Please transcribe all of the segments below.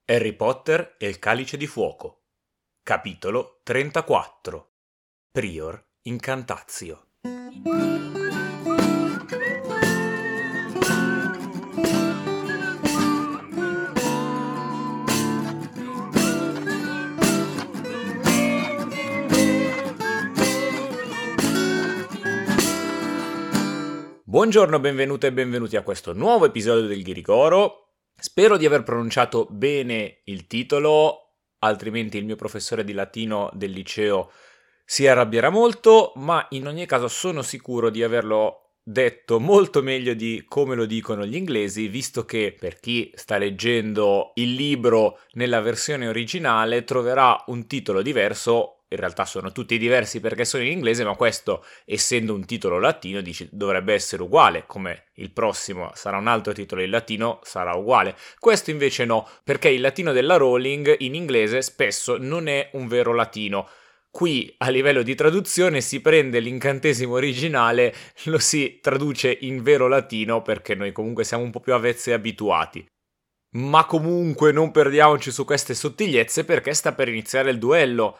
Harry Potter e il Calice di Fuoco. Capitolo 34. Prior Incantatio. Buongiorno, benvenute e benvenuti a questo nuovo episodio del Ghirigoro. Spero di aver pronunciato bene il titolo, altrimenti il mio professore di latino del liceo si arrabbierà molto, ma in ogni caso sono sicuro di averlo detto molto meglio di come lo dicono gli inglesi, visto che per chi sta leggendo il libro nella versione originale troverà un titolo diverso. In realtà sono tutti diversi perché sono in inglese, ma questo, essendo un titolo latino, dovrebbe essere uguale, come il prossimo sarà un altro titolo in latino, sarà uguale. Questo invece no, perché il latino della Rowling in inglese spesso non è un vero latino. Qui a livello di traduzione si prende l'incantesimo originale, lo si traduce in vero latino perché noi comunque siamo un po' più avvezzi e abituati. Ma comunque non perdiamoci su queste sottigliezze perché sta per iniziare il duello.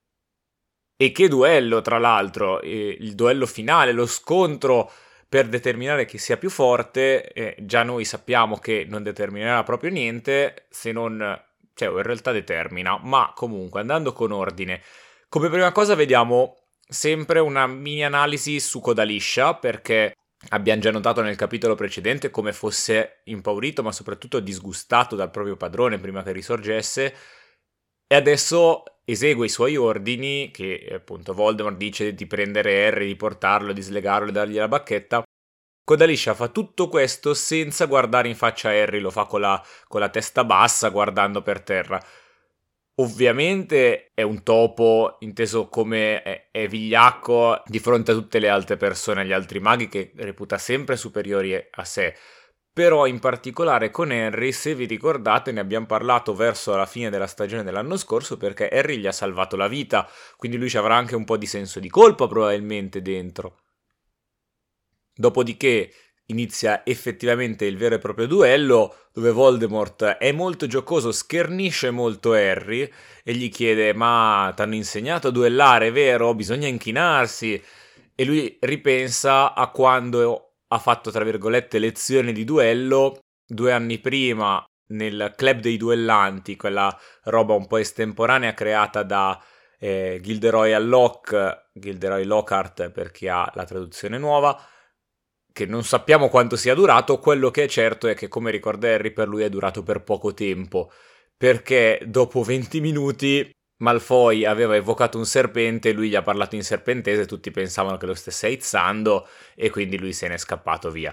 E che duello, tra l'altro, il duello finale, lo scontro per determinare chi sia più forte, già noi sappiamo che non determinerà proprio niente, se non, cioè in realtà determina, ma comunque andando con ordine. Come prima cosa vediamo sempre una mini analisi su Coda Liscia, perché abbiamo già notato nel capitolo precedente come fosse impaurito, ma soprattutto disgustato dal proprio padrone prima che risorgesse, e adesso esegue i suoi ordini, che appunto Voldemort dice di prendere Harry, di portarlo, di slegarlo e dargli la bacchetta. Coda Liscia fa tutto questo senza guardare in faccia a Harry, lo fa con la testa bassa, guardando per terra. Ovviamente è un topo, inteso come è vigliacco di fronte a tutte le altre persone, agli altri maghi che reputa sempre superiori a sé. Però in particolare con Harry, se vi ricordate, ne abbiamo parlato verso la fine della stagione dell'anno scorso, perché Harry gli ha salvato la vita, quindi lui ci avrà anche un po' di senso di colpa probabilmente dentro. Dopodiché inizia effettivamente il vero e proprio duello, dove Voldemort è molto giocoso, schernisce molto Harry e gli chiede: ma t'hanno insegnato a duellare, vero? Bisogna inchinarsi. E lui ripensa a quando ha fatto, tra virgolette, lezioni di duello 2 anni prima nel Club dei Duellanti, quella roba un po' estemporanea creata da Gilderoy Lockhart per chi ha la traduzione nuova, che non sappiamo quanto sia durato. Quello che è certo è che, come ricorda Harry, per lui è durato per poco tempo, perché dopo 20 minuti Malfoy aveva evocato un serpente, lui gli ha parlato in serpentese, tutti pensavano che lo stesse aizzando e quindi lui se n'è scappato via.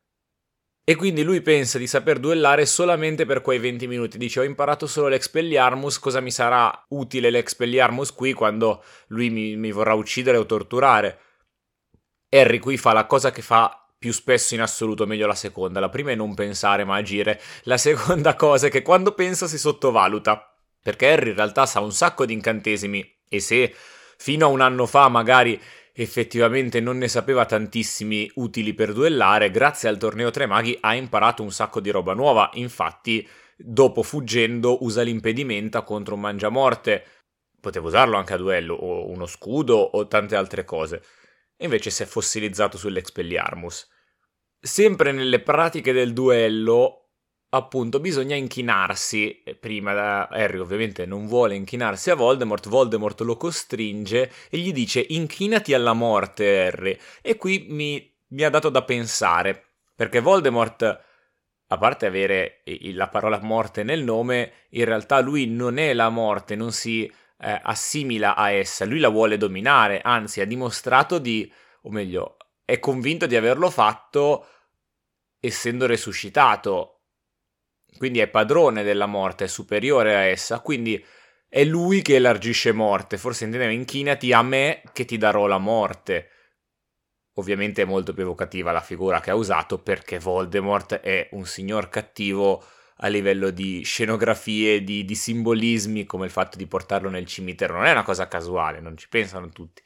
E quindi lui pensa di saper duellare solamente per quei 20 minuti. Dice: ho imparato solo l'Expelliarmus, cosa mi sarà utile l'Expelliarmus qui quando lui mi vorrà uccidere o torturare? Harry qui fa la cosa che fa più spesso in assoluto, meglio la seconda. La prima è non pensare ma agire. La seconda cosa è che quando pensa si sottovaluta. Perché Harry in realtà sa un sacco di incantesimi e se fino a un anno fa magari effettivamente non ne sapeva tantissimi utili per duellare, grazie al torneo Tre Maghi ha imparato un sacco di roba nuova. Infatti, dopo fuggendo usa l'impedimenta contro un mangiamorte. Poteva usarlo anche a duello, o uno scudo, o tante altre cose. E invece si è fossilizzato sull'Expelliarmus. Sempre nelle pratiche del duello, appunto, bisogna inchinarsi. Prima Harry ovviamente non vuole inchinarsi a Voldemort lo costringe e gli dice: inchinati alla morte, Harry. E qui mi ha dato da pensare, perché Voldemort, a parte avere la parola morte nel nome, in realtà lui non è la morte, non si assimila a essa, lui la vuole dominare, anzi ha dimostrato o meglio, è convinto di averlo fatto essendo resuscitato. Quindi è padrone della morte, è superiore a essa, quindi è lui che elargisce morte. Forse intendeva: inchinati a me che ti darò la morte. Ovviamente è molto più evocativa la figura che ha usato, perché Voldemort è un signor cattivo a livello di scenografie, di simbolismi, come il fatto di portarlo nel cimitero. Non è una cosa casuale, non ci pensano tutti.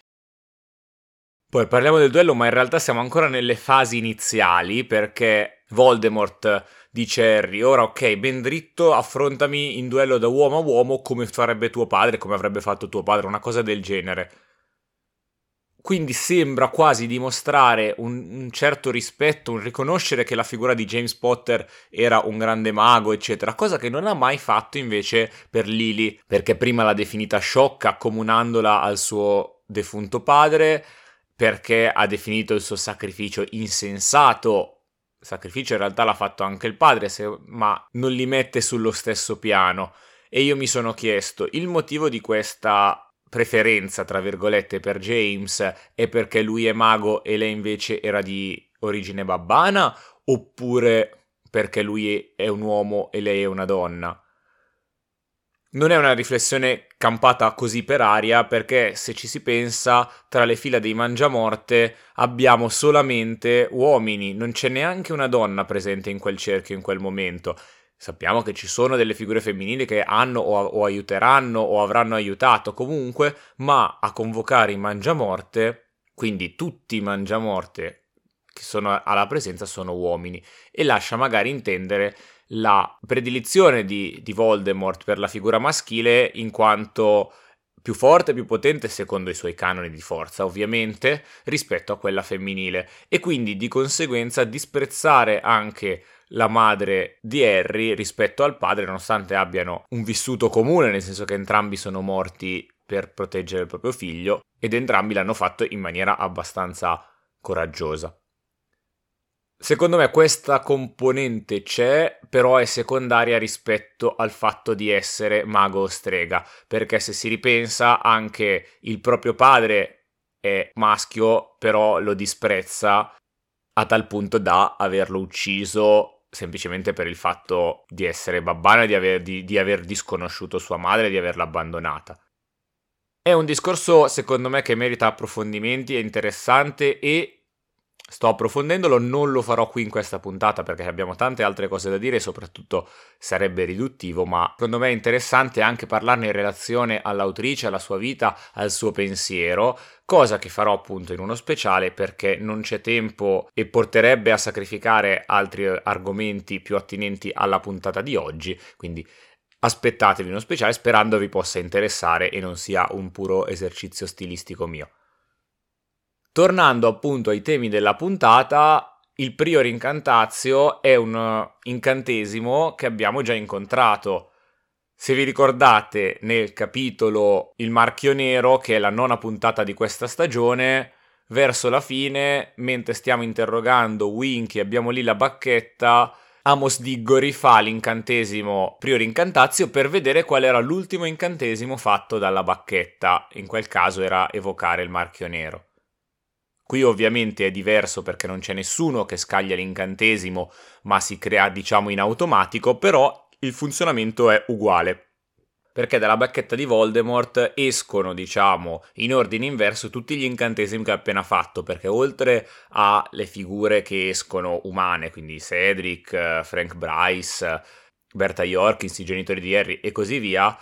Poi parliamo del duello, ma in realtà siamo ancora nelle fasi iniziali, perché Voldemort dice Harry, ora ok, ben dritto, affrontami in duello da uomo a uomo come farebbe tuo padre, come avrebbe fatto tuo padre, una cosa del genere. Quindi sembra quasi dimostrare un certo rispetto, un riconoscere che la figura di James Potter era un grande mago, eccetera, cosa che non ha mai fatto invece per Lily, perché prima l'ha definita sciocca, accomunandola al suo defunto padre, perché ha definito il suo sacrificio insensato. Il sacrificio in realtà l'ha fatto anche il padre, ma non li mette sullo stesso piano. E io mi sono chiesto, il motivo di questa preferenza, tra virgolette, per James è perché lui è mago e lei invece era di origine babbana, oppure perché lui è un uomo e lei è una donna? Non è una riflessione campata così per aria, perché se ci si pensa, tra le fila dei Mangiamorte abbiamo solamente uomini, non c'è neanche una donna presente in quel cerchio in quel momento. Sappiamo che ci sono delle figure femminili che hanno o aiuteranno o avranno aiutato comunque, ma a convocare i Mangiamorte, quindi tutti i Mangiamorte che sono alla presenza sono uomini, e lascia magari intendere la predilizione di Voldemort per la figura maschile in quanto più forte, più potente secondo i suoi canoni di forza, ovviamente, rispetto a quella femminile, e quindi di conseguenza disprezzare anche la madre di Harry rispetto al padre, nonostante abbiano un vissuto comune, nel senso che entrambi sono morti per proteggere il proprio figlio ed entrambi l'hanno fatto in maniera abbastanza coraggiosa. Secondo me questa componente c'è, però è secondaria rispetto al fatto di essere mago o strega, perché se si ripensa anche il proprio padre è maschio, però lo disprezza a tal punto da averlo ucciso semplicemente per il fatto di essere babbano e di aver disconosciuto sua madre e di averla abbandonata. È un discorso secondo me che merita approfondimenti, è interessante e sto approfondendolo, non lo farò qui in questa puntata perché abbiamo tante altre cose da dire e soprattutto sarebbe riduttivo, ma secondo me è interessante anche parlarne in relazione all'autrice, alla sua vita, al suo pensiero, cosa che farò appunto in uno speciale perché non c'è tempo e porterebbe a sacrificare altri argomenti più attinenti alla puntata di oggi, quindi aspettatevi uno speciale sperando vi possa interessare e non sia un puro esercizio stilistico mio. Tornando appunto ai temi della puntata, il Prior Incantazio è un incantesimo che abbiamo già incontrato. Se vi ricordate nel capitolo Il Marchio Nero, che è la nona puntata di questa stagione, verso la fine, mentre stiamo interrogando Winky, abbiamo lì la bacchetta, Amos Diggory fa l'incantesimo Prior Incantazio per vedere qual era l'ultimo incantesimo fatto dalla bacchetta. In quel caso era evocare il Marchio Nero. Qui ovviamente è diverso perché non c'è nessuno che scaglia l'incantesimo, ma si crea diciamo in automatico, però il funzionamento è uguale. Perché dalla bacchetta di Voldemort escono, diciamo, in ordine inverso tutti gli incantesimi che ha appena fatto, perché oltre alle figure che escono umane, quindi Cedric, Frank Bryce, Berta Jorkins, i genitori di Harry e così via,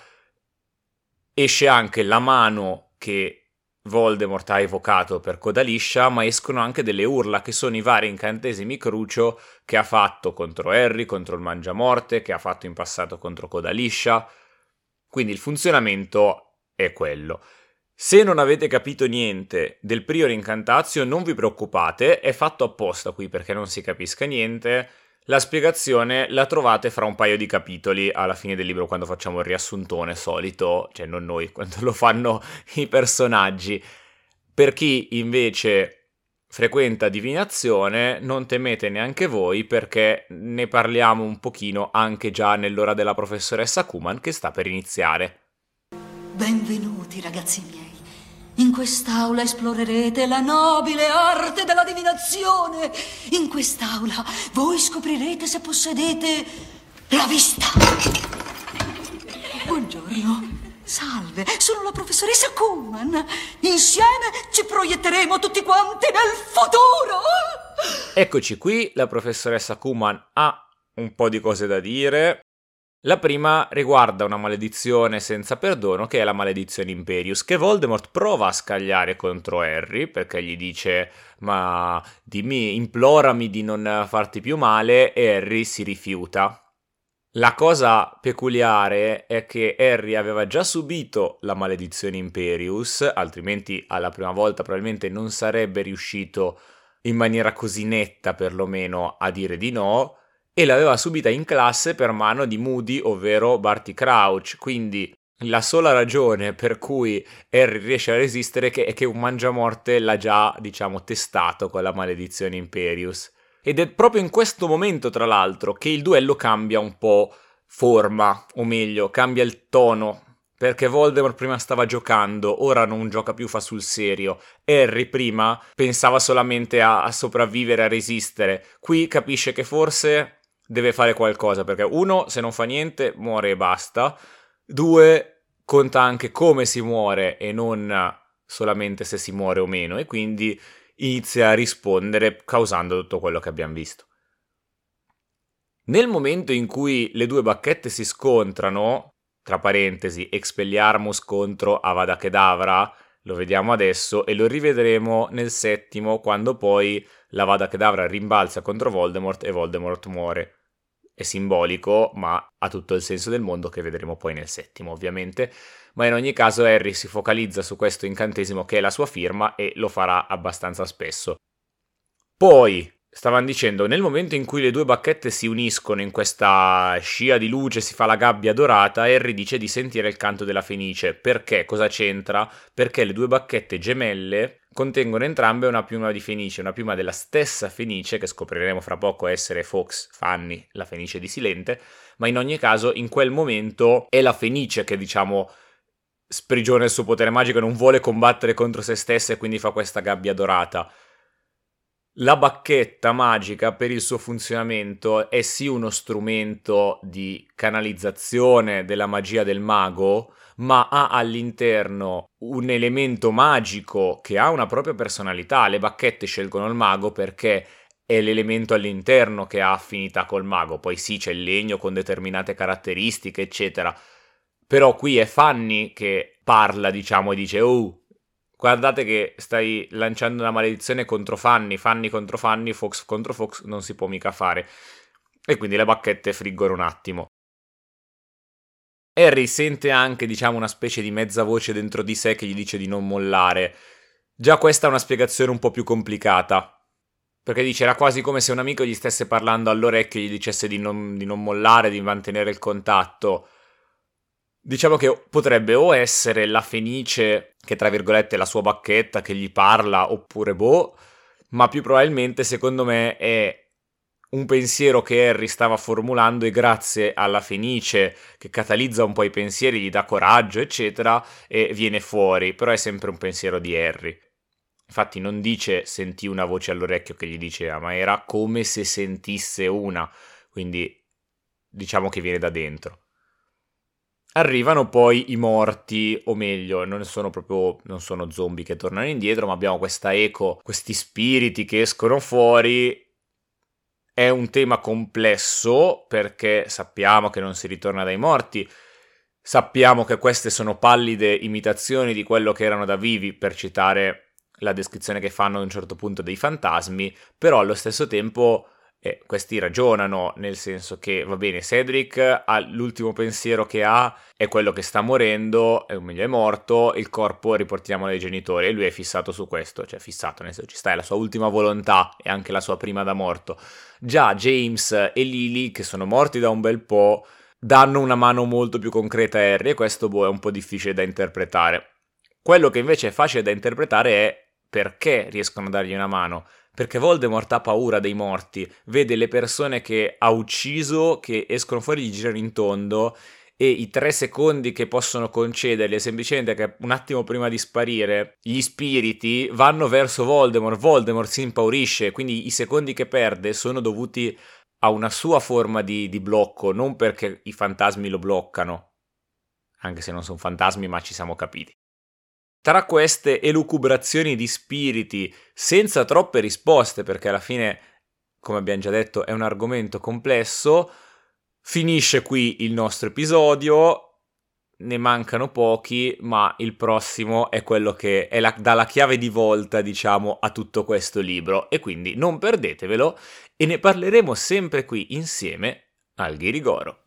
esce anche la mano che Voldemort ha evocato per Codaliscia, ma escono anche delle urla che sono i vari incantesimi Crucio che ha fatto contro Harry, contro il Mangiamorte, che ha fatto in passato contro Codaliscia. Quindi il funzionamento è quello. Se non avete capito niente del Prior Incantazio, non vi preoccupate, è fatto apposta qui perché non si capisca niente. La spiegazione la trovate fra un paio di capitoli alla fine del libro quando facciamo il riassuntone solito, cioè non noi, quando lo fanno i personaggi. Per chi invece frequenta divinazione, non temete neanche voi perché ne parliamo un pochino anche già nell'ora della professoressa Kuman che sta per iniziare. Benvenuti ragazzi miei. In quest'aula esplorerete la nobile arte della divinazione. In quest'aula voi scoprirete se possedete la vista. Buongiorno. Salve, sono la professoressa Kuman. Insieme ci proietteremo tutti quanti nel futuro. Eccoci qui, la professoressa Kuman ha un po' di cose da dire. La prima riguarda una maledizione senza perdono, che è la maledizione Imperius, che Voldemort prova a scagliare contro Harry, perché gli dice ma dimmi, implorami di non farti più male, e Harry si rifiuta. La cosa peculiare è che Harry aveva già subito la maledizione Imperius, altrimenti alla prima volta probabilmente non sarebbe riuscito in maniera così netta perlomeno a dire di no, e l'aveva subita in classe per mano di Moody, ovvero Barty Crouch, quindi la sola ragione per cui Harry riesce a resistere è che un mangiamorte l'ha già, diciamo, testato con la maledizione Imperius. Ed è proprio in questo momento, tra l'altro, che il duello cambia un po' forma, o meglio, cambia il tono, perché Voldemort prima stava giocando, ora non gioca più, fa sul serio. Harry prima pensava solamente a sopravvivere, a resistere. Qui capisce che forse deve fare qualcosa, perché uno, se non fa niente, muore e basta. Due, conta anche come si muore e non solamente se si muore o meno, e quindi inizia a rispondere causando tutto quello che abbiamo visto. Nel momento in cui le due bacchette si scontrano, tra parentesi, Expelliarmus contro Avada Kedavra, lo vediamo adesso e lo rivedremo nel settimo, quando poi l'Avada Kedavra rimbalza contro Voldemort e Voldemort muore. È simbolico, ma ha tutto il senso del mondo, che vedremo poi nel settimo, ovviamente. Ma in ogni caso Harry si focalizza su questo incantesimo che è la sua firma e lo farà abbastanza spesso. Poi, stavano dicendo, nel momento in cui le due bacchette si uniscono in questa scia di luce, si fa la gabbia dorata, Harry dice di sentire il canto della Fenice. Perché? Cosa c'entra? Perché le due bacchette gemelle contengono entrambe una piuma di Fenice, una piuma della stessa Fenice, che scopriremo fra poco essere Fawkes Fanny, la Fenice di Silente, ma in ogni caso in quel momento è la Fenice che, diciamo, sprigiona il suo potere magico e non vuole combattere contro se stessa, e quindi fa questa gabbia dorata. La bacchetta magica, per il suo funzionamento, è sì uno strumento di canalizzazione della magia del mago, ma ha all'interno un elemento magico che ha una propria personalità. Le bacchette scelgono il mago perché è l'elemento all'interno che ha affinità col mago. Poi sì, c'è il legno con determinate caratteristiche, eccetera. Però qui è Fanny che parla, diciamo, e dice «Oh, guardate che stai lanciando una maledizione contro Fanny, Fanny contro Fanny, Fawkes contro Fawkes, non si può mica fare». E quindi le bacchette friggono un attimo. Harry sente anche, diciamo, una specie di mezza voce dentro di sé che gli dice di non mollare. Già questa è una spiegazione un po' più complicata, perché dice era quasi come se un amico gli stesse parlando all'orecchio e gli dicesse di non mollare, di mantenere il contatto. Diciamo che potrebbe o essere la Fenice, che tra virgolette è la sua bacchetta, che gli parla, oppure boh, ma più probabilmente, secondo me, è un pensiero che Harry stava formulando e grazie alla Fenice, che catalizza un po' i pensieri, gli dà coraggio, eccetera, e viene fuori, però è sempre un pensiero di Harry. Infatti non dice sentì una voce all'orecchio che gli diceva, ma era come se sentisse una, quindi diciamo che viene da dentro. Arrivano poi i morti, o meglio, non sono zombie che tornano indietro, ma abbiamo questa eco, questi spiriti che escono fuori. È un tema complesso perché sappiamo che non si ritorna dai morti, sappiamo che queste sono pallide imitazioni di quello che erano da vivi, per citare la descrizione che fanno a un certo punto dei fantasmi, però allo stesso tempo questi ragionano, nel senso che va bene, Cedric l'ultimo pensiero che ha è quello che sta morendo, o meglio è morto, il corpo riportiamolo ai genitori, e lui è fissato su questo, cioè fissato, nel senso ci sta, è la sua ultima volontà e anche la sua prima da morto. Già James e Lily, che sono morti da un bel po', danno una mano molto più concreta a Harry, e questo è un po' difficile da interpretare. Quello che invece è facile da interpretare è perché riescono a dargli una mano. Perché Voldemort ha paura dei morti, vede le persone che ha ucciso che escono fuori, gli girano in tondo, e i 3 secondi che possono concedergli è semplicemente che un attimo prima di sparire gli spiriti vanno verso Voldemort si impaurisce, quindi i secondi che perde sono dovuti a una sua forma di blocco, non perché i fantasmi lo bloccano, anche se non sono fantasmi, ma ci siamo capiti. Tra queste elucubrazioni di spiriti, senza troppe risposte, perché alla fine, come abbiamo già detto, è un argomento complesso, Finisce qui il nostro episodio. Ne mancano pochi, ma il prossimo è quello che dà la chiave di volta, diciamo, a tutto questo libro. E quindi non perdetevelo e ne parleremo sempre qui insieme al Ghirigoro.